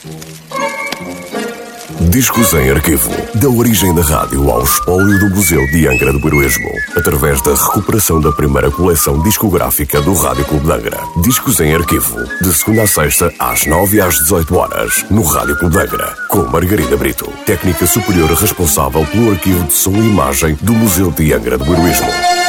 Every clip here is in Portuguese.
Discos em arquivo. Da origem da rádio ao espólio do Museu de Angra do Heroísmo, através da recuperação da primeira coleção discográfica do Rádio Clube de Angra. Discos em arquivo. De segunda a sexta, às 9 às 18 horas, no Rádio Clube de Angra, com Margarida Brito, técnica superior responsável pelo arquivo de som e imagem do Museu de Angra do Heroísmo.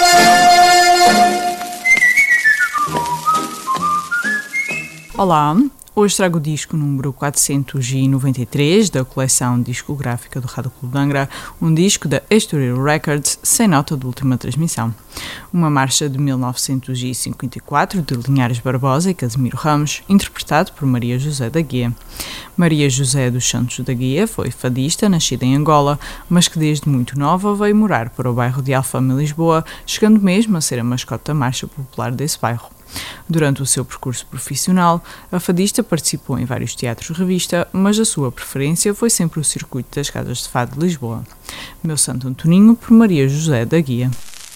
Olá, hoje trago o disco número 493 da coleção discográfica do Rádio Clube de Angra, um disco da Estoril Records sem nota de última transmissão. Uma marcha de 1954 de Linhares Barbosa e Casimiro Ramos, interpretado por Maria José da Guia. Maria José dos Santos da Guia foi fadista, nascida em Angola, mas que desde muito nova veio morar para o bairro de Alfama, em Lisboa, chegando mesmo a ser a mascote da marcha popular desse bairro. Durante o seu percurso profissional, a fadista participou em vários teatros-revista, mas a sua preferência foi sempre o circuito das casas de fado de Lisboa. Meu Santo Antoninho, por Maria José da Guia.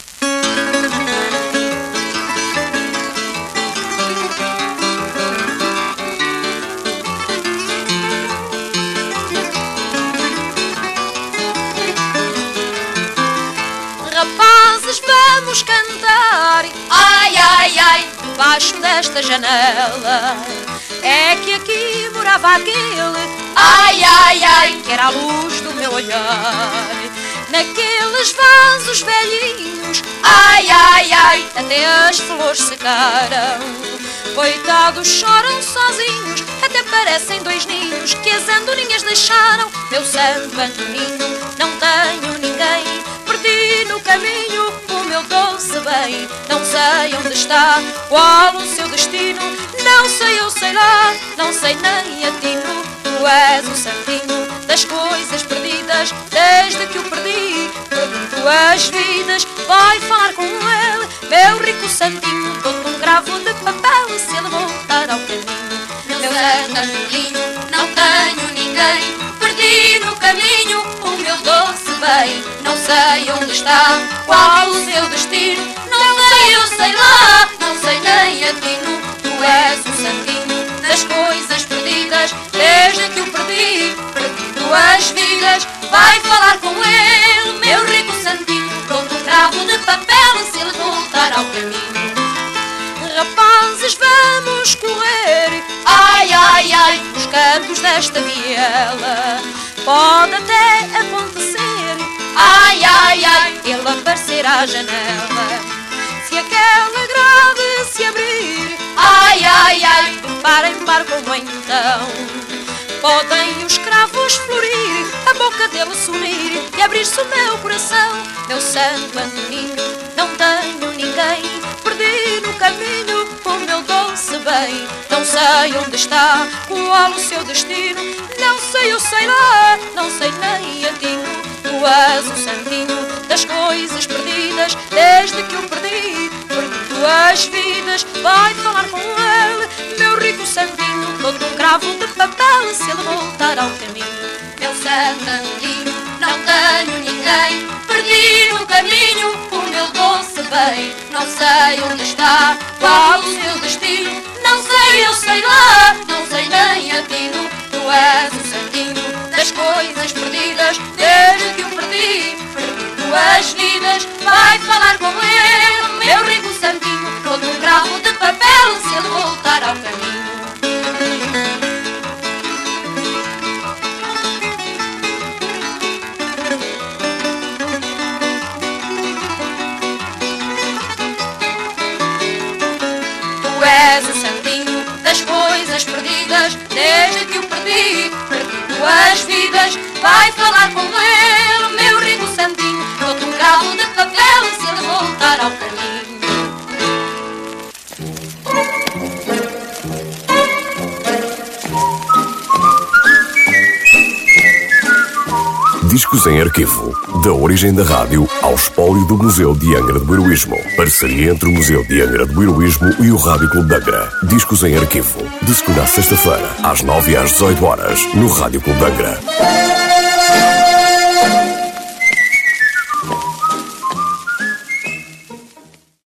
Rapazes, vamos cantar, ai, ai, ai, debaixo desta janela. É que aqui morava aquele, ai, ai, ai, que era a luz do meu olhar. Naqueles vasos velhinhos, ai, ai, ai, até as flores secaram. Coitados, choram sozinhos, até parecem dois ninhos que as andorinhas deixaram. Meu Santo Antoninho, não tenho ninguém, perdi no caminho o meu doce bem. Não sei onde está, qual o seu destino, não sei, eu sei lá, não sei nem atino. Tu és o santinho das coisas perdidas, desde que o perdi tuas vidas. Vai falar com ele, meu rico santinho, dou-te um cravo de papel se ele voltar ao caminho. Meu Santo Antoninho, não tenho ninguém, perdi no caminho o meu doce bem. Não sei onde está, qual o seu destino, não sei, eu sei lá, não sei nem atino. Tu és o santinho das coisas perdidas, desde que o perdi tuas vidas. Vai falar com ele, meu rico santinho, dou-te um cravo de papel se ele voltar ao caminho. Rapazes, vamos correr, ai, ai, ai, nos cantos desta viela. Pode até acontecer, ai, ai, ai, ele aparecer à janela. Se aquela grade se abrir, ai, ai, ai, de par em par como então, podem os cravos florir, a boca dele sorrir e abrir-se o meu coração. Meu Santo Antoninho, não tenho ninguém, perdi no caminho o meu doce bem. Não sei onde está, qual o seu destino, não sei, eu sei lá, não sei nem atino. Tu és o santinho das coisas perdidas, desde que o perdi tuas vidas. Vai falar com ele, meu rico santinho, dou-te um cravo de papel se ele voltar ao caminho. Meu Santo Antoninho, não tenho ninguém, perdi no caminho o meu doce bem. Não sei onde está, qual o seu destino, não sei, eu sei lá, não sei nem atino. Tu és o santinho das coisas perdidas, desde que o perdi tuas vidas. Vai falar com ele, meu rico santinho, dou-te um cravo de papel se ele voltar ao caminho. Tu és o santinho das coisas perdidas, desde que o perdi tuas vidas. Vai falar com ele, meu rico santinho, dou-te um cravo de papel se ele voltar ao caminho. Discos em arquivo. Da origem da rádio ao espólio do Museu de Angra do Heroísmo. Parceria entre o Museu de Angra do Heroísmo e o Rádio Clube de Angra. Discos em arquivo. De segunda a sexta-feira, às 9 às 18 horas, no Rádio Clube de Angra.